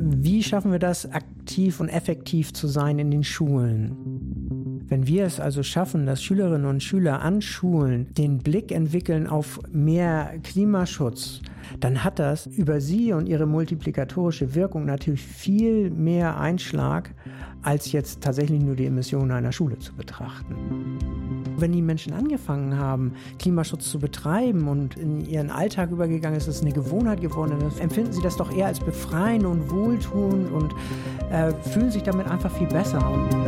wie schaffen wir das, aktiv und effektiv zu sein in den Schulen? Wenn wir es also schaffen, dass Schülerinnen und Schüler an Schulen den Blick entwickeln auf mehr Klimaschutz, dann hat das über sie und ihre multiplikatorische Wirkung natürlich viel mehr Einschlag, als jetzt tatsächlich nur die Emissionen einer Schule zu betrachten. Wenn die Menschen angefangen haben, Klimaschutz zu betreiben und in ihren Alltag übergegangen ist, ist es eine Gewohnheit geworden, dann empfinden sie das doch eher als befreiend und wohltuend und fühlen sich damit einfach viel besser.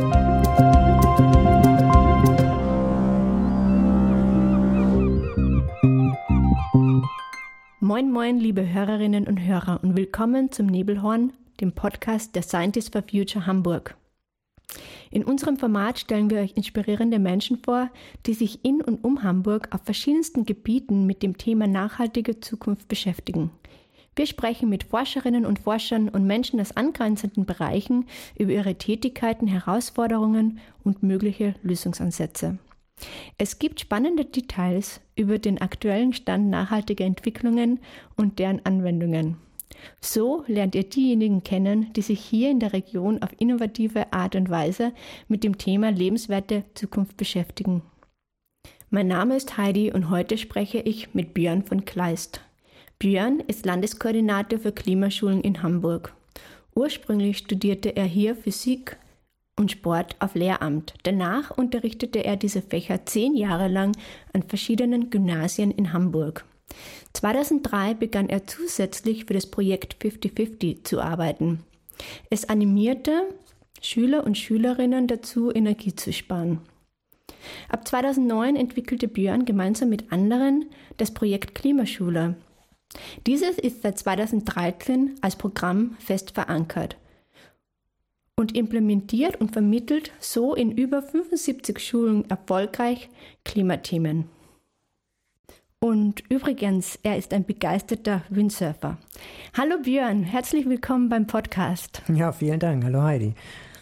Moin moin, liebe Hörerinnen und Hörer und willkommen zum Nebelhorn, dem Podcast der Scientists for Future Hamburg. In unserem Format stellen wir euch inspirierende Menschen vor, die sich in und um Hamburg auf verschiedensten Gebieten mit dem Thema nachhaltige Zukunft beschäftigen. Wir sprechen mit Forscherinnen und Forschern und Menschen aus angrenzenden Bereichen über ihre Tätigkeiten, Herausforderungen und mögliche Lösungsansätze. Es gibt spannende Details über den aktuellen Stand nachhaltiger Entwicklungen und deren Anwendungen. So lernt ihr diejenigen kennen, die sich hier in der Region auf innovative Art und Weise mit dem Thema lebenswerte Zukunft beschäftigen. Mein Name ist Heidi und heute spreche ich mit Björn von Kleist. Björn ist Landeskoordinator für Klimaschulen in Hamburg. Ursprünglich studierte er hier Physik und Sport auf Lehramt. Danach unterrichtete er diese Fächer 10 Jahre lang an verschiedenen Gymnasien in Hamburg. 2003 begann er zusätzlich für das Projekt 50/50 zu arbeiten. Es animierte Schüler und Schülerinnen dazu, Energie zu sparen. Ab 2009 entwickelte Björn gemeinsam mit anderen das Projekt Klimaschule. Dieses ist seit 2013 als Programm fest verankert und implementiert und vermittelt so in über 75 Schulen erfolgreich Klimathemen. Und übrigens, er ist ein begeisterter Windsurfer. Hallo Björn, herzlich willkommen beim Podcast. Ja, vielen Dank. Hallo Heidi.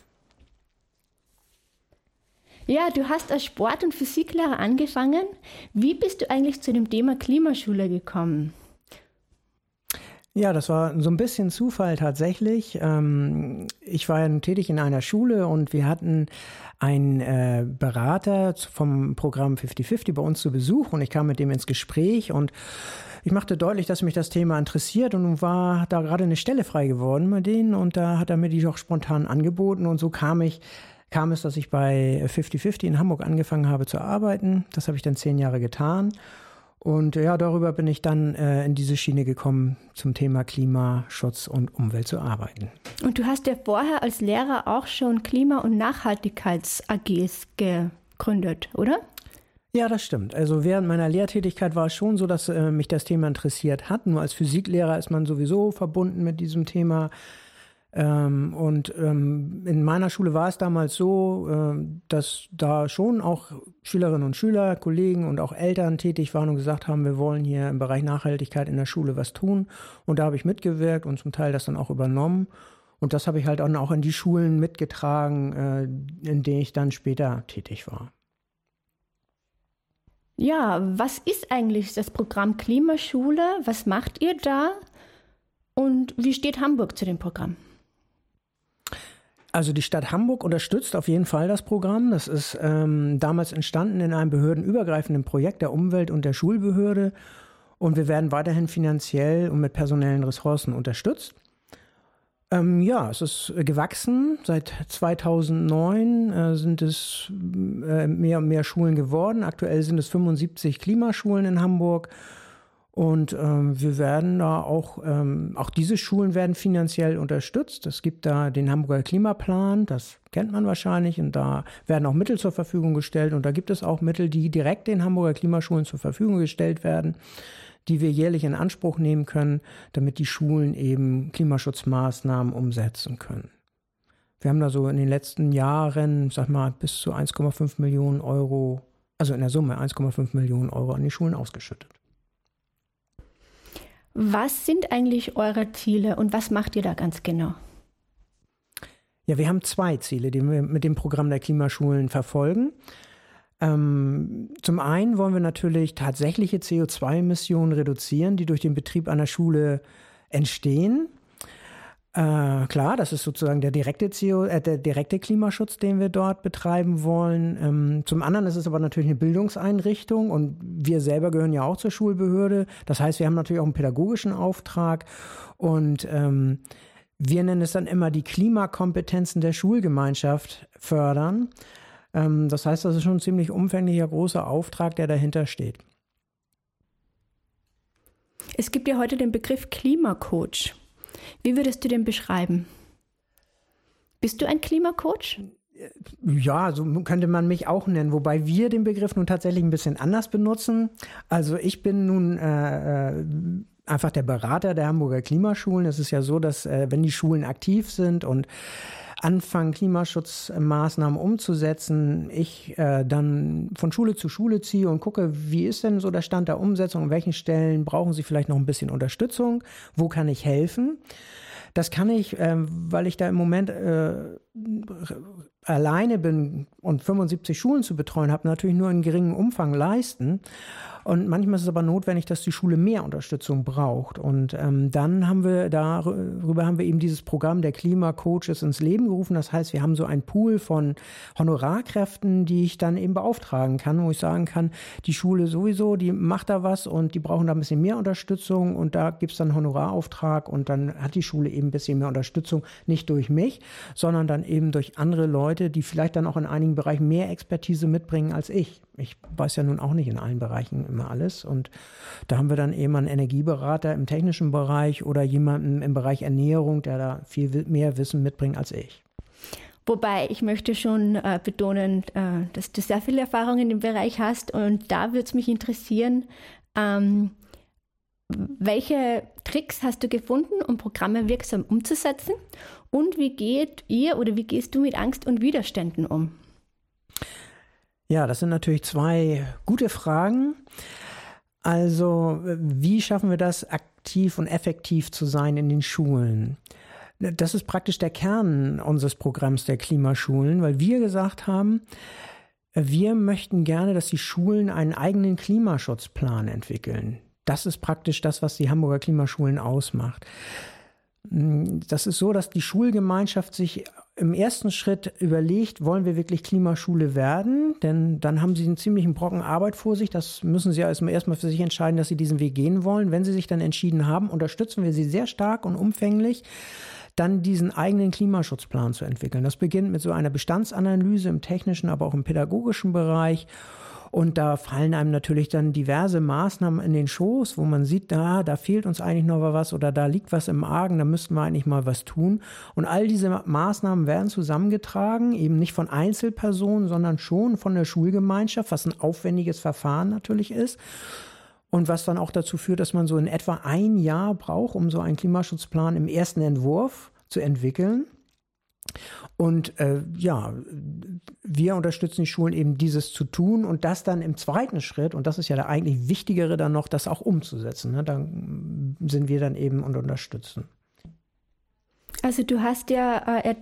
Ja, du hast als Sport- und Physiklehrer angefangen. Wie bist du eigentlich zu dem Thema Klimaschule gekommen? Ja, das war so ein bisschen Zufall tatsächlich. Ich war ja tätig in einer Schule und wir hatten einen Berater vom Programm 50/50 bei uns zu Besuch und ich kam mit dem ins Gespräch und ich machte deutlich, dass mich das Thema interessiert und nun war da gerade eine Stelle frei geworden bei denen und da hat er mir die auch spontan angeboten und so kam es, dass ich bei 50/50 in Hamburg angefangen habe zu arbeiten. Das habe ich dann 10 Jahre getan. Und ja, darüber bin ich dann in diese Schiene gekommen, zum Thema Klimaschutz und Umwelt zu arbeiten. Und du hast ja vorher als Lehrer auch schon Klima- und Nachhaltigkeits-AGs gegründet, oder? Ja, das stimmt. Also während meiner Lehrtätigkeit war es schon so, dass mich das Thema interessiert hat. Nur als Physiklehrer ist man sowieso verbunden mit diesem Thema. In meiner Schule war es damals so, dass da schon auch Schülerinnen und Schüler, Kollegen und auch Eltern tätig waren und gesagt haben, wir wollen hier im Bereich Nachhaltigkeit in der Schule was tun. Und da habe ich mitgewirkt und zum Teil das dann auch übernommen. Und das habe ich halt dann auch in die Schulen mitgetragen, in denen ich dann später tätig war. Ja, was ist eigentlich das Programm Klimaschule? Was macht ihr da? Und wie steht Hamburg zu dem Programm? Also die Stadt Hamburg unterstützt auf jeden Fall das Programm. Das ist damals entstanden in einem behördenübergreifenden Projekt der Umwelt- und der Schulbehörde. Und wir werden weiterhin finanziell und mit personellen Ressourcen unterstützt. Es ist gewachsen. Seit 2009 sind es mehr und mehr Schulen geworden. Aktuell sind es 75 Klimaschulen in Hamburg. Und wir werden da auch diese Schulen werden finanziell unterstützt. Es gibt da den Hamburger Klimaplan, das kennt man wahrscheinlich. Und da werden auch Mittel zur Verfügung gestellt. Und da gibt es auch Mittel, die direkt den Hamburger Klimaschulen zur Verfügung gestellt werden, die wir jährlich in Anspruch nehmen können, damit die Schulen eben Klimaschutzmaßnahmen umsetzen können. Wir haben da so in den letzten Jahren, bis zu 1,5 Millionen Euro, also in der Summe 1,5 Millionen Euro an die Schulen ausgeschüttet. Was sind eigentlich eure Ziele und was macht ihr da ganz genau? Ja, wir haben 2 Ziele, die wir mit dem Programm der Klimaschulen verfolgen. Zum einen wollen wir natürlich tatsächliche CO2-Emissionen reduzieren, die durch den Betrieb einer Schule entstehen. Klar, das ist sozusagen der direkte Klimaschutz, den wir dort betreiben wollen. Zum anderen ist es aber natürlich eine Bildungseinrichtung und wir selber gehören ja auch zur Schulbehörde. Das heißt, wir haben natürlich auch einen pädagogischen Auftrag und wir nennen es dann immer die Klimakompetenzen der Schulgemeinschaft fördern. Das heißt, das ist schon ein ziemlich umfänglicher, großer Auftrag, der dahinter steht. Es gibt ja heute den Begriff Klimacoach. Wie würdest du den beschreiben? Bist du ein Klimacoach? Ja, so könnte man mich auch nennen, wobei wir den Begriff nun tatsächlich ein bisschen anders benutzen. Also ich bin nun einfach der Berater der Hamburger Klimaschulen. Es ist ja so, dass wenn die Schulen aktiv sind und anfangen, Klimaschutzmaßnahmen umzusetzen, ich dann von Schule zu Schule ziehe und gucke, wie ist denn so der Stand der Umsetzung, an welchen Stellen brauchen Sie vielleicht noch ein bisschen Unterstützung, wo kann ich helfen? Das kann ich, weil ich da im Moment alleine bin und 75 Schulen zu betreuen habe, natürlich nur in geringem Umfang leisten. Und manchmal ist es aber notwendig, dass die Schule mehr Unterstützung braucht. Und dann haben wir darüber eben dieses Programm der Klimacoaches ins Leben gerufen. Das heißt, wir haben so einen Pool von Honorarkräften, die ich dann eben beauftragen kann, wo ich sagen kann, die Schule sowieso, die macht da was und die brauchen da ein bisschen mehr Unterstützung und da gibt es dann einen Honorarauftrag und dann hat die Schule eben ein bisschen mehr Unterstützung, nicht durch mich, sondern dann eben durch andere Leute, die vielleicht dann auch in einigen Bereichen mehr Expertise mitbringen als ich. Ich weiß ja nun auch nicht in allen Bereichen immer alles und da haben wir dann eben einen Energieberater im technischen Bereich oder jemanden im Bereich Ernährung, der da viel mehr Wissen mitbringt als ich. Wobei ich möchte schon betonen, dass du sehr viel Erfahrung in dem Bereich hast und da würde es mich interessieren, welche Tricks hast du gefunden, um Programme wirksam umzusetzen und wie gehst du mit Angst und Widerständen um? Ja, das sind natürlich zwei gute Fragen. Also, wie schaffen wir das, aktiv und effektiv zu sein in den Schulen? Das ist praktisch der Kern unseres Programms der Klimaschulen, weil wir gesagt haben, wir möchten gerne, dass die Schulen einen eigenen Klimaschutzplan entwickeln. Das ist praktisch das, was die Hamburger Klimaschulen ausmacht. Das ist so, dass die Schulgemeinschaft sich im ersten Schritt überlegt, wollen wir wirklich Klimaschule werden? Denn dann haben sie einen ziemlichen Brocken Arbeit vor sich. Das müssen sie erstmal für sich entscheiden, dass sie diesen Weg gehen wollen. Wenn sie sich dann entschieden haben, unterstützen wir sie sehr stark und umfänglich, dann diesen eigenen Klimaschutzplan zu entwickeln. Das beginnt mit so einer Bestandsanalyse im technischen, aber auch im pädagogischen Bereich. Und da fallen einem natürlich dann diverse Maßnahmen in den Schoß, wo man sieht, da fehlt uns eigentlich noch was oder da liegt was im Argen, da müssten wir eigentlich mal was tun. Und all diese Maßnahmen werden zusammengetragen, eben nicht von Einzelpersonen, sondern schon von der Schulgemeinschaft, was ein aufwendiges Verfahren natürlich ist. Und was dann auch dazu führt, dass man so in etwa ein Jahr braucht, um so einen Klimaschutzplan im ersten Entwurf zu entwickeln. Und wir unterstützen die Schulen eben dieses zu tun und das dann im zweiten Schritt, und das ist ja der eigentlich wichtigere dann noch, das auch umzusetzen. Ne? Da sind wir dann eben und unterstützen. Also du hast ja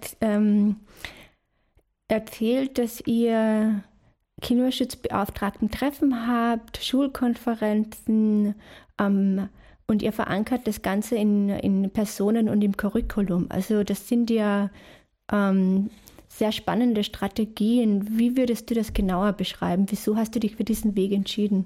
erzählt, dass ihr Klimaschutzbeauftragten-Treffen habt, Schulkonferenzen und ihr verankert das Ganze in Personen und im Curriculum. Also das sind ja sehr spannende Strategien. Wie würdest du das genauer beschreiben? Wieso hast du dich für diesen Weg entschieden?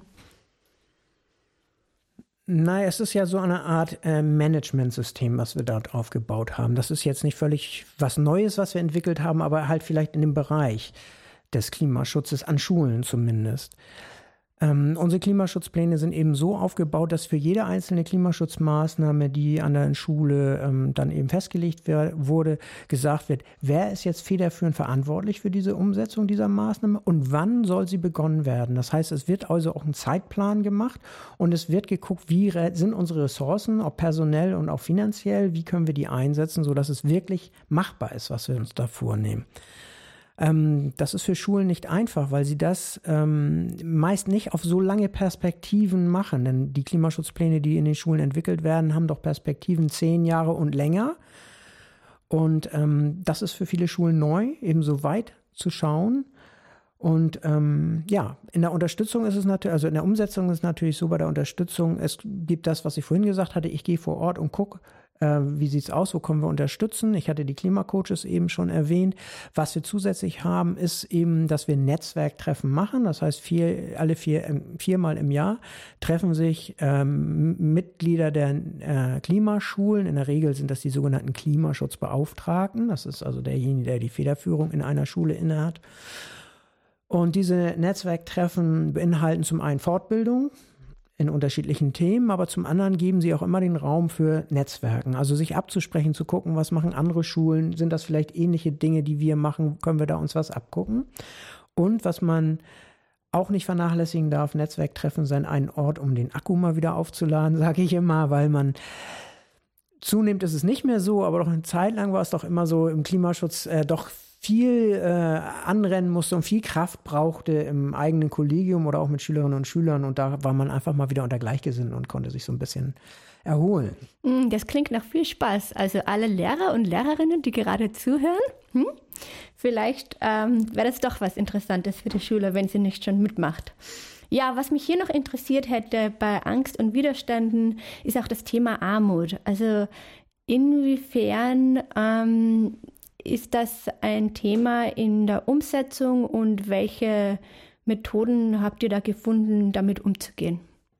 Na, es ist ja so eine Art Managementsystem, was wir dort aufgebaut haben. Das ist jetzt nicht völlig was Neues, was wir entwickelt haben, aber halt vielleicht in dem Bereich des Klimaschutzes an Schulen zumindest. Unsere Klimaschutzpläne sind eben so aufgebaut, dass für jede einzelne Klimaschutzmaßnahme, die an der Schule dann eben festgelegt wurde, gesagt wird, wer ist jetzt federführend verantwortlich für diese Umsetzung dieser Maßnahme und wann soll sie begonnen werden. Das heißt, es wird also auch ein Zeitplan gemacht und es wird geguckt, wie sind unsere Ressourcen, ob personell und auch finanziell, wie können wir die einsetzen, sodass es wirklich machbar ist, was wir uns da vornehmen. Das ist für Schulen nicht einfach, weil sie das meist nicht auf so lange Perspektiven machen. Denn die Klimaschutzpläne, die in den Schulen entwickelt werden, haben doch Perspektiven 10 Jahre und länger. Und das ist für viele Schulen neu, eben so weit zu schauen. Und in der Unterstützung ist es natürlich, also in der Umsetzung ist es natürlich so, bei der Unterstützung, es gibt das, was ich vorhin gesagt hatte, ich gehe vor Ort und gucke, Wie sieht es aus? Wo können wir unterstützen? Ich hatte die Klimacoaches eben schon erwähnt. Was wir zusätzlich haben, ist eben, dass wir Netzwerktreffen machen. Das heißt, viermal im Jahr treffen sich Mitglieder der Klimaschulen. In der Regel sind das die sogenannten Klimaschutzbeauftragten. Das ist also derjenige, der die Federführung in einer Schule innehat. Und diese Netzwerktreffen beinhalten zum einen Fortbildung in unterschiedlichen Themen, aber zum anderen geben sie auch immer den Raum für Netzwerken, also sich abzusprechen, zu gucken, was machen andere Schulen, sind das vielleicht ähnliche Dinge, die wir machen, können wir da uns was abgucken? Und was man auch nicht vernachlässigen darf, Netzwerktreffen sind ein Ort, um den Akku mal wieder aufzuladen, sage ich immer, weil man zunehmend ist es nicht mehr so, aber doch eine Zeit lang war es doch immer so im Klimaschutz doch viel anrennen musste und viel Kraft brauchte im eigenen Kollegium oder auch mit Schülerinnen und Schülern. Und da war man einfach mal wieder unter Gleichgesinnten und konnte sich so ein bisschen erholen. Das klingt nach viel Spaß. Also alle Lehrer und Lehrerinnen, die gerade zuhören, vielleicht wäre das doch was Interessantes für die Schüler, wenn sie nicht schon mitmacht. Ja, was mich hier noch interessiert hätte bei Angst und Widerständen, ist auch das Thema Armut. Also inwiefern ist das ein Thema in der Umsetzung und welche Methoden habt ihr da gefunden, damit umzugehen?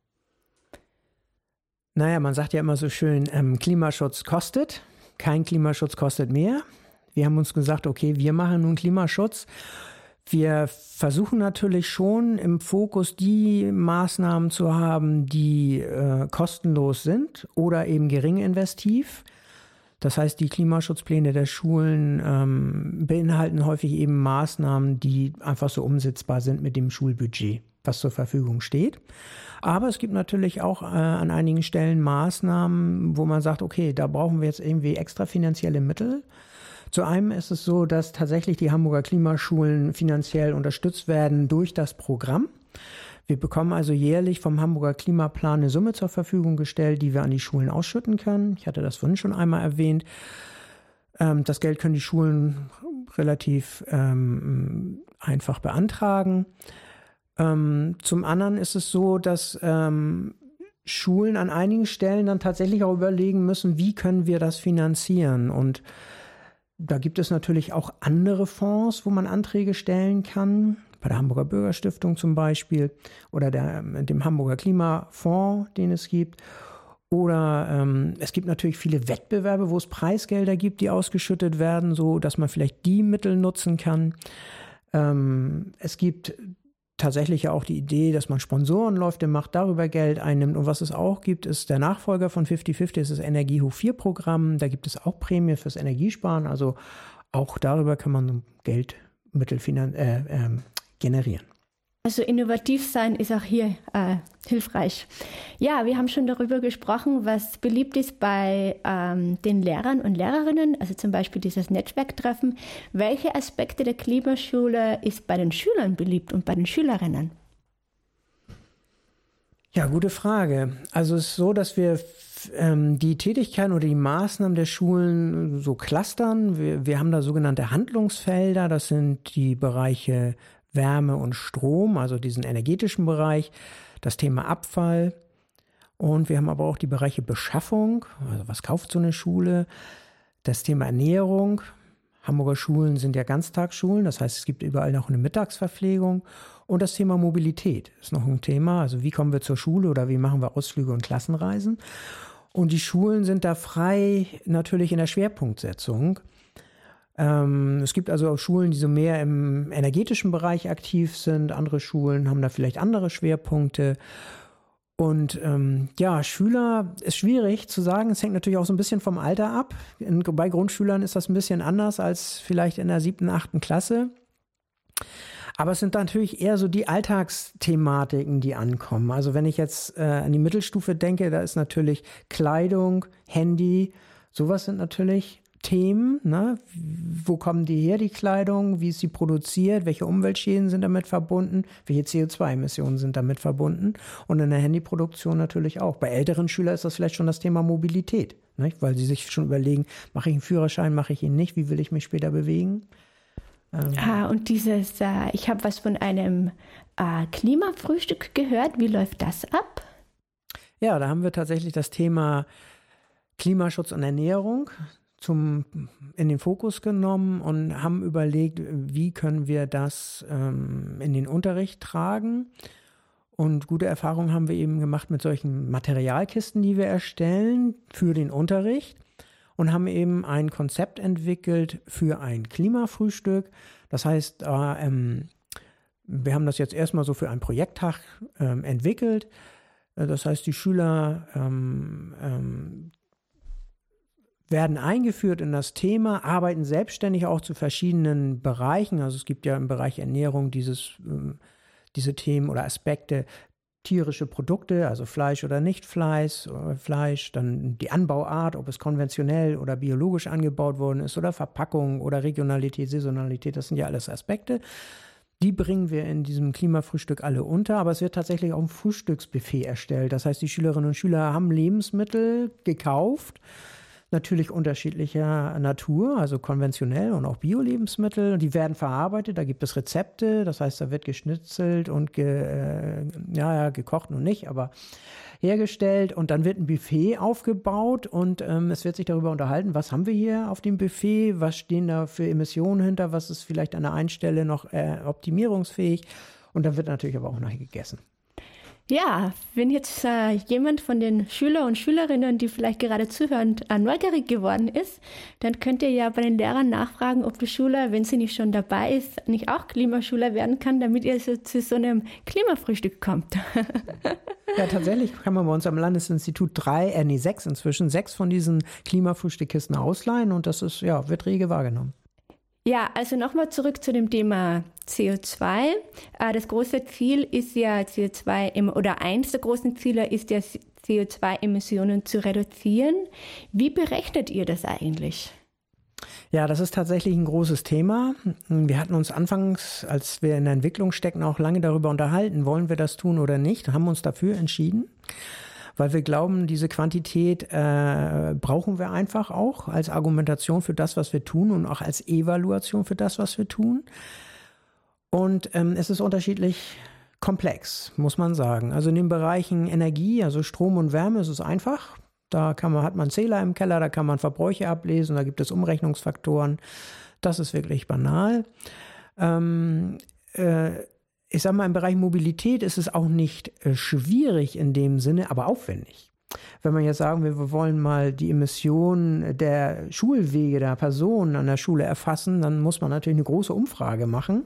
Naja, man sagt ja immer so schön, Klimaschutz kostet, kein Klimaschutz kostet mehr. Wir haben uns gesagt, okay, wir machen nun Klimaschutz. Wir versuchen natürlich schon im Fokus die Maßnahmen zu haben, die kostenlos sind oder eben gering investiv. Das heißt, die Klimaschutzpläne der Schulen beinhalten häufig eben Maßnahmen, die einfach so umsetzbar sind mit dem Schulbudget, was zur Verfügung steht. Aber es gibt natürlich auch an einigen Stellen Maßnahmen, wo man sagt, okay, da brauchen wir jetzt irgendwie extra finanzielle Mittel. Zu einem ist es so, dass tatsächlich die Hamburger Klimaschulen finanziell unterstützt werden durch das Programm. Wir bekommen also jährlich vom Hamburger Klimaplan eine Summe zur Verfügung gestellt, die wir an die Schulen ausschütten können. Ich hatte das vorhin schon einmal erwähnt. Das Geld können die Schulen relativ einfach beantragen. Zum anderen ist es so, dass Schulen an einigen Stellen dann tatsächlich auch überlegen müssen, wie können wir das finanzieren. Und da gibt es natürlich auch andere Fonds, wo man Anträge stellen kann. Bei der Hamburger Bürgerstiftung zum Beispiel oder dem Hamburger Klimafonds, den es gibt. Oder es gibt natürlich viele Wettbewerbe, wo es Preisgelder gibt, die ausgeschüttet werden, so dass man vielleicht die Mittel nutzen kann. Es gibt tatsächlich ja auch die Idee, dass man Sponsorenläufe macht, darüber Geld einnimmt. Und was es auch gibt, ist der Nachfolger von 50/50, das ist das Energie hoch 4 Programm. Da gibt es auch Prämie fürs Energiesparen. Also auch darüber kann man Geldmittel generieren. Also innovativ sein ist auch hier hilfreich. Ja, wir haben schon darüber gesprochen, was beliebt ist bei den Lehrern und Lehrerinnen, also zum Beispiel dieses Netzwerktreffen. Welche Aspekte der Klimaschule ist bei den Schülern beliebt und bei den Schülerinnen? Ja, gute Frage. Also es ist so, dass wir die Tätigkeiten oder die Maßnahmen der Schulen so clustern. Wir haben da sogenannte Handlungsfelder. Das sind die Bereiche Wärme und Strom, also diesen energetischen Bereich, das Thema Abfall. Und wir haben aber auch die Bereiche Beschaffung, also was kauft so eine Schule, das Thema Ernährung. Hamburger Schulen sind ja Ganztagsschulen, das heißt, es gibt überall noch eine Mittagsverpflegung. Und das Thema Mobilität ist noch ein Thema, also wie kommen wir zur Schule oder wie machen wir Ausflüge und Klassenreisen. Und die Schulen sind da frei natürlich in der Schwerpunktsetzung. Es gibt also auch Schulen, die so mehr im energetischen Bereich aktiv sind. Andere Schulen haben da vielleicht andere Schwerpunkte. Und Schüler ist schwierig zu sagen. Es hängt natürlich auch so ein bisschen vom Alter ab. Bei Grundschülern ist das ein bisschen anders als vielleicht in der 7., 8. Klasse. Aber es sind natürlich eher so die Alltagsthematiken, die ankommen. Also wenn ich jetzt an die Mittelstufe denke, da ist natürlich Kleidung, Handy, sowas sind natürlich Themen, ne? Wo kommen die her, die Kleidung? Wie ist sie produziert? Welche Umweltschäden sind damit verbunden? Welche CO2-Emissionen sind damit verbunden? Und in der Handyproduktion natürlich auch. Bei älteren Schülern ist das vielleicht schon das Thema Mobilität, ne? Weil sie sich schon überlegen, mache ich einen Führerschein, mache ich ihn nicht? Wie will ich mich später bewegen? Und dieses, ich habe was von einem Klimafrühstück gehört. Wie läuft das ab? Ja, da haben wir tatsächlich das Thema Klimaschutz und Ernährung in den Fokus genommen und haben überlegt, wie können wir das in den Unterricht tragen. Und gute Erfahrungen haben wir eben gemacht mit solchen Materialkisten, die wir erstellen für den Unterricht und haben eben ein Konzept entwickelt für ein Klimafrühstück. Das heißt, wir haben das jetzt erstmal so für einen Projekttag entwickelt. Das heißt, die Schüler werden eingeführt in das Thema, arbeiten selbstständig auch zu verschiedenen Bereichen. Also es gibt ja im Bereich Ernährung diese Themen oder Aspekte, tierische Produkte, also Fleisch oder nicht Fleisch, dann die Anbauart, ob es konventionell oder biologisch angebaut worden ist oder Verpackung oder Regionalität, Saisonalität, das sind ja alles Aspekte. Die bringen wir in diesem Klimafrühstück alle unter, aber es wird tatsächlich auch ein Frühstücksbuffet erstellt. Das heißt, die Schülerinnen und Schüler haben Lebensmittel gekauft, natürlich unterschiedlicher Natur, also konventionell und auch Bio-Lebensmittel. Die werden verarbeitet, da gibt es Rezepte, das heißt, da wird geschnitzelt und gekocht noch nicht, aber hergestellt und dann wird ein Buffet aufgebaut und es wird sich darüber unterhalten, was haben wir hier auf dem Buffet, was stehen da für Emissionen hinter, was ist vielleicht an der einen Stelle noch optimierungsfähig und dann wird natürlich aber auch nachher gegessen. Ja, wenn jetzt jemand von den Schüler und Schülerinnen, die vielleicht gerade zuhören, neugierig geworden ist, dann könnt ihr ja bei den Lehrern nachfragen, ob die Schule, wenn sie nicht schon dabei ist, nicht auch Klimaschüler werden kann, damit ihr zu so einem Klimafrühstück kommt. Ja, tatsächlich kann man bei uns am Landesinstitut 6 von diesen Klimafrühstückkisten ausleihen und das ist, wird rege wahrgenommen. Ja, also nochmal zurück zu dem Thema CO2. Das große Ziel ist ja eins der großen Ziele ist ja CO2-Emissionen zu reduzieren. Wie berechnet ihr das eigentlich? Ja, das ist tatsächlich ein großes Thema. Wir hatten uns anfangs, als wir in der Entwicklung stecken, auch lange darüber unterhalten, wollen wir das tun oder nicht, haben uns dafür entschieden. Weil wir glauben, diese Quantität brauchen wir einfach auch als Argumentation für das, was wir tun und auch als Evaluation für das, was wir tun. Und es ist unterschiedlich komplex, muss man sagen. Also in den Bereichen Energie, also Strom und Wärme, ist es einfach. Da hat man einen Zähler im Keller, da kann man Verbräuche ablesen, da gibt es Umrechnungsfaktoren. Das ist wirklich banal. Ich sage mal, im Bereich Mobilität ist es auch nicht schwierig in dem Sinne, aber aufwendig. Wenn man jetzt sagen will, wir wollen mal die Emissionen der Schulwege der Personen an der Schule erfassen, dann muss man natürlich eine große Umfrage machen.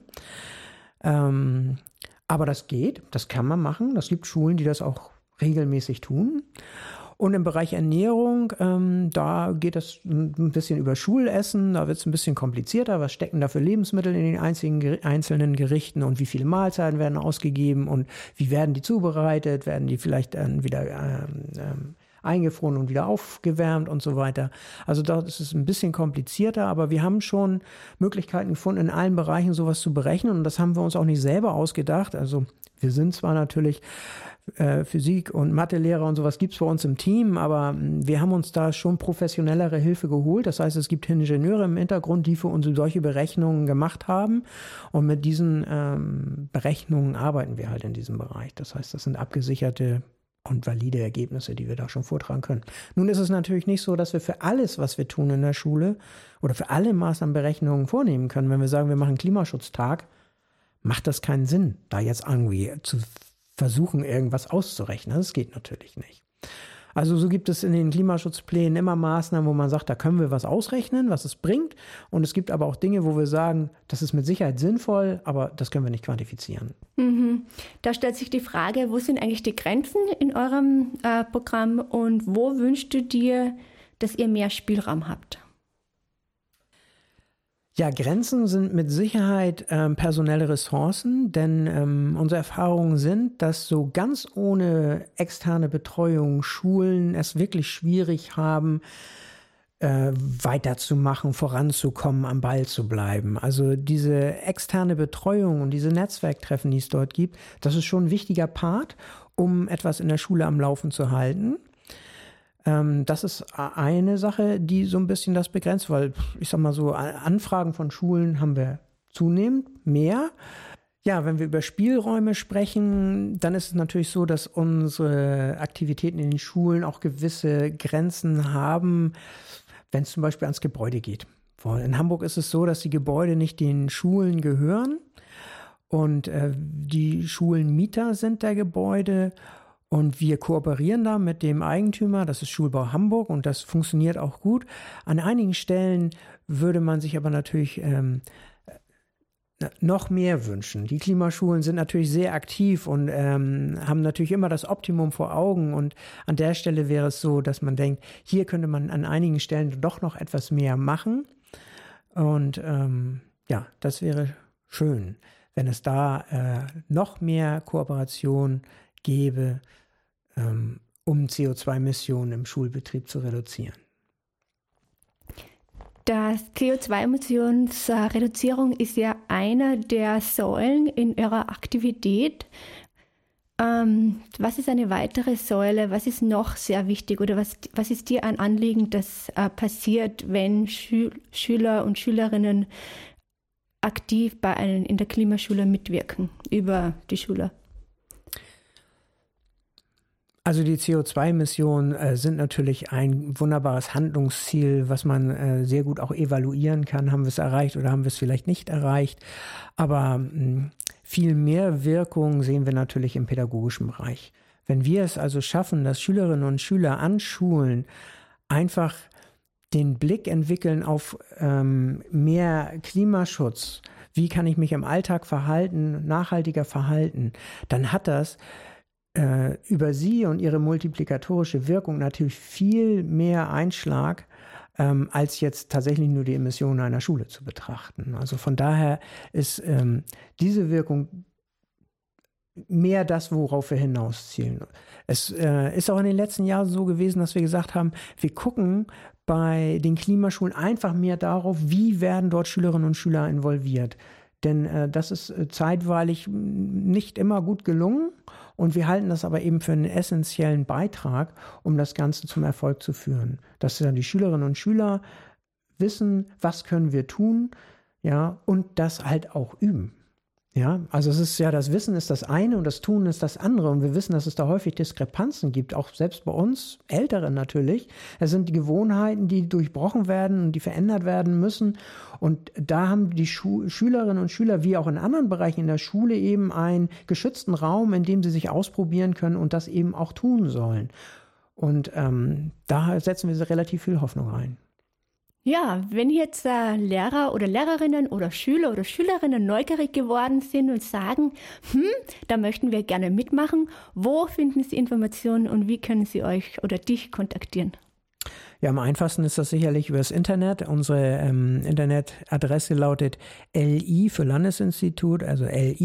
Aber das geht, das kann man machen. Das gibt Schulen, die das auch regelmäßig tun. Und im Bereich Ernährung, da geht es ein bisschen über Schulessen, da wird es ein bisschen komplizierter. Was stecken da für Lebensmittel in den einzelnen Gerichten und wie viele Mahlzeiten werden ausgegeben und wie werden die zubereitet? Werden die vielleicht dann wieder eingefroren und wieder aufgewärmt und so weiter? Also da ist es ein bisschen komplizierter, aber wir haben schon Möglichkeiten gefunden, in allen Bereichen sowas zu berechnen und das haben wir uns auch nicht selber ausgedacht. Also wir sind zwar natürlich Physik- und Mathelehrer und sowas gibt es bei uns im Team, aber wir haben uns da schon professionellere Hilfe geholt. Das heißt, es gibt Ingenieure im Hintergrund, die für uns solche Berechnungen gemacht haben und mit diesen Berechnungen arbeiten wir halt in diesem Bereich. Das heißt, das sind abgesicherte und valide Ergebnisse, die wir da schon vortragen können. Nun ist es natürlich nicht so, dass wir für alles, was wir tun in der Schule oder für alle Maßnahmen Berechnungen vornehmen können. Wenn wir sagen, wir machen einen Klimaschutztag, macht das keinen Sinn, da jetzt irgendwie zu versuchen, irgendwas auszurechnen. Das geht natürlich nicht. Also so gibt es in den Klimaschutzplänen immer Maßnahmen, wo man sagt, da können wir was ausrechnen, was es bringt. Und es gibt aber auch Dinge, wo wir sagen, das ist mit Sicherheit sinnvoll, aber das können wir nicht quantifizieren. Da stellt sich die Frage, wo sind eigentlich die Grenzen in eurem Programm und wo wünschst du dir, dass ihr mehr Spielraum habt? Ja, Grenzen sind mit Sicherheit personelle Ressourcen, denn unsere Erfahrungen sind, dass so ganz ohne externe Betreuung Schulen es wirklich schwierig haben, weiterzumachen, voranzukommen, am Ball zu bleiben. Also diese externe Betreuung und diese Netzwerktreffen, die es dort gibt, das ist schon ein wichtiger Part, um etwas in der Schule am Laufen zu halten. Das ist eine Sache, die so ein bisschen das begrenzt, weil ich sag mal so, Anfragen von Schulen haben wir zunehmend mehr. Ja, wenn wir über Spielräume sprechen, dann ist es natürlich so, dass unsere Aktivitäten in den Schulen auch gewisse Grenzen haben, wenn es zum Beispiel ans Gebäude geht. In Hamburg ist es so, dass die Gebäude nicht den Schulen gehören und die Schulenmieter sind der Gebäude und wir kooperieren da mit dem Eigentümer, das ist Schulbau Hamburg und das funktioniert auch gut. An einigen Stellen würde man sich aber natürlich noch mehr wünschen. Die Klimaschulen sind natürlich sehr aktiv und haben natürlich immer das Optimum vor Augen und an der Stelle wäre es so, dass man denkt, hier könnte man an einigen Stellen doch noch etwas mehr machen und ja, das wäre schön, wenn es da noch mehr Kooperation gäbe, um CO2-Emissionen im Schulbetrieb zu reduzieren. Das CO2-Emissionsreduzierung ist ja einer der Säulen in Ihrer Aktivität. Was ist eine weitere Säule? Was ist noch sehr wichtig oder was ist dir ein Anliegen, das passiert, wenn Schüler und Schülerinnen aktiv in der Klimaschule mitwirken über die Schule? Also die CO2-Emissionen sind natürlich ein wunderbares Handlungsziel, was man sehr gut auch evaluieren kann. Haben wir es erreicht oder haben wir es vielleicht nicht erreicht? Aber viel mehr Wirkung sehen wir natürlich im pädagogischen Bereich. Wenn wir es also schaffen, dass Schülerinnen und Schüler an Schulen einfach den Blick entwickeln auf mehr Klimaschutz, wie kann ich mich im Alltag verhalten, nachhaltiger verhalten, dann hat das über sie und ihre multiplikatorische Wirkung natürlich viel mehr Einschlag, als jetzt tatsächlich nur die Emissionen einer Schule zu betrachten. Also von daher ist diese Wirkung mehr das, worauf wir hinauszielen. Es ist auch in den letzten Jahren so gewesen, dass wir gesagt haben, wir gucken bei den Klimaschulen einfach mehr darauf, wie werden dort Schülerinnen und Schüler involviert. Denn das ist zeitweilig nicht immer gut gelungen. Und wir halten das aber eben für einen essentiellen Beitrag, um das Ganze zum Erfolg zu führen. Dass dann die Schülerinnen und Schüler wissen, was können wir tun, ja, und das halt auch üben. Ja, also es ist ja, das Wissen ist das eine und das Tun ist das andere. Und wir wissen, dass es da häufig Diskrepanzen gibt, auch selbst bei uns, Älteren natürlich. Es sind die Gewohnheiten, die durchbrochen werden und die verändert werden müssen. Und da haben die Schülerinnen und Schüler, wie auch in anderen Bereichen in der Schule, eben einen geschützten Raum, in dem sie sich ausprobieren können und das eben auch tun sollen. Und da setzen wir relativ viel Hoffnung rein. Ja, wenn jetzt Lehrer oder Lehrerinnen oder Schüler oder Schülerinnen neugierig geworden sind und sagen, da möchten wir gerne mitmachen, wo finden Sie Informationen und wie können Sie euch oder dich kontaktieren? Ja, am einfachsten ist das sicherlich über das Internet. Unsere Internetadresse lautet li für Landesinstitut, also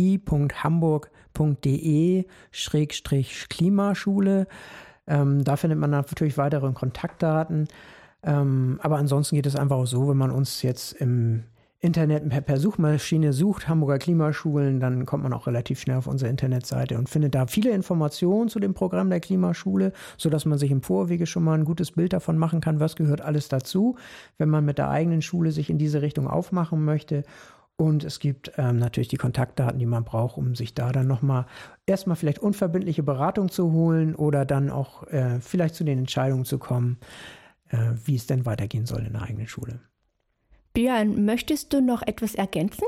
li.hamburg.de/Klimaschule. Da findet man natürlich weitere Kontaktdaten. Aber ansonsten geht es einfach auch so, wenn man uns jetzt im Internet per Suchmaschine sucht, Hamburger Klimaschulen, dann kommt man auch relativ schnell auf unsere Internetseite und findet da viele Informationen zu dem Programm der Klimaschule, sodass man sich im Vorwege schon mal ein gutes Bild davon machen kann, was gehört alles dazu, wenn man mit der eigenen Schule sich in diese Richtung aufmachen möchte. Und es gibt natürlich die Kontaktdaten, die man braucht, um sich da dann nochmal erstmal vielleicht unverbindliche Beratung zu holen oder dann auch vielleicht zu den Entscheidungen zu kommen, wie es denn weitergehen soll in der eigenen Schule. Björn, möchtest du noch etwas ergänzen?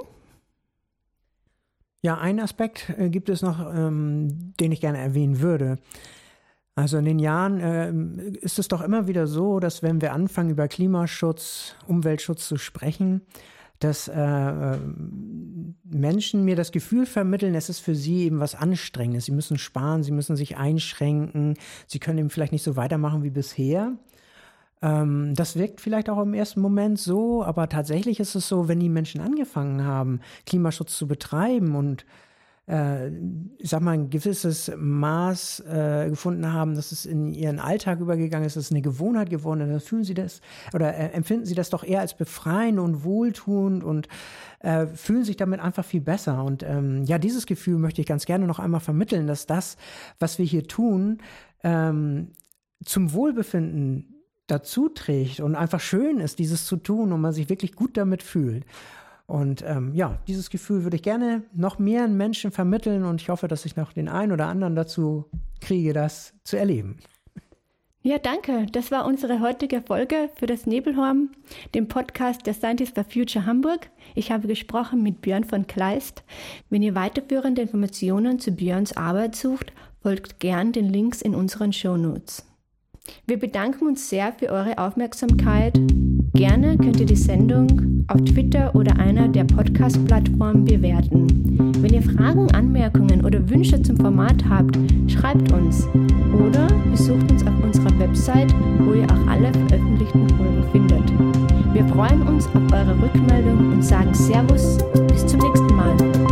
Ja, einen Aspekt gibt es noch, den ich gerne erwähnen würde. Also in den Jahren ist es doch immer wieder so, dass wenn wir anfangen, über Klimaschutz, Umweltschutz zu sprechen, dass Menschen mir das Gefühl vermitteln, es ist für sie eben was Anstrengendes. Sie müssen sparen, sie müssen sich einschränken, sie können eben vielleicht nicht so weitermachen wie bisher. Das wirkt vielleicht auch im ersten Moment so, aber tatsächlich ist es so, wenn die Menschen angefangen haben, Klimaschutz zu betreiben und ich sag mal, ein gewisses Maß gefunden haben, dass es in ihren Alltag übergegangen ist, dass es eine Gewohnheit geworden ist, dann fühlen sie das oder empfinden sie das doch eher als befreiend und wohltuend und fühlen sich damit einfach viel besser. Und ja, dieses Gefühl möchte ich ganz gerne noch einmal vermitteln, dass das, was wir hier tun, zum Wohlbefinden dazu trägt und einfach schön ist, dieses zu tun und man sich wirklich gut damit fühlt. Und dieses Gefühl würde ich gerne noch mehr Menschen vermitteln und ich hoffe, dass ich noch den einen oder anderen dazu kriege, das zu erleben. Ja, danke. Das war unsere heutige Folge für das Nebelhorn, dem Podcast der Scientists for Future Hamburg. Ich habe gesprochen mit Björn von Kleist. Wenn ihr weiterführende Informationen zu Björns Arbeit sucht, folgt gern den Links in unseren Shownotes. Wir bedanken uns sehr für eure Aufmerksamkeit. Gerne könnt ihr die Sendung auf Twitter oder einer der Podcast-Plattformen bewerten. Wenn ihr Fragen, Anmerkungen oder Wünsche zum Format habt, schreibt uns oder besucht uns auf unserer Website, wo ihr auch alle veröffentlichten Folgen findet. Wir freuen uns auf eure Rückmeldung und sagen Servus, bis zum nächsten Mal.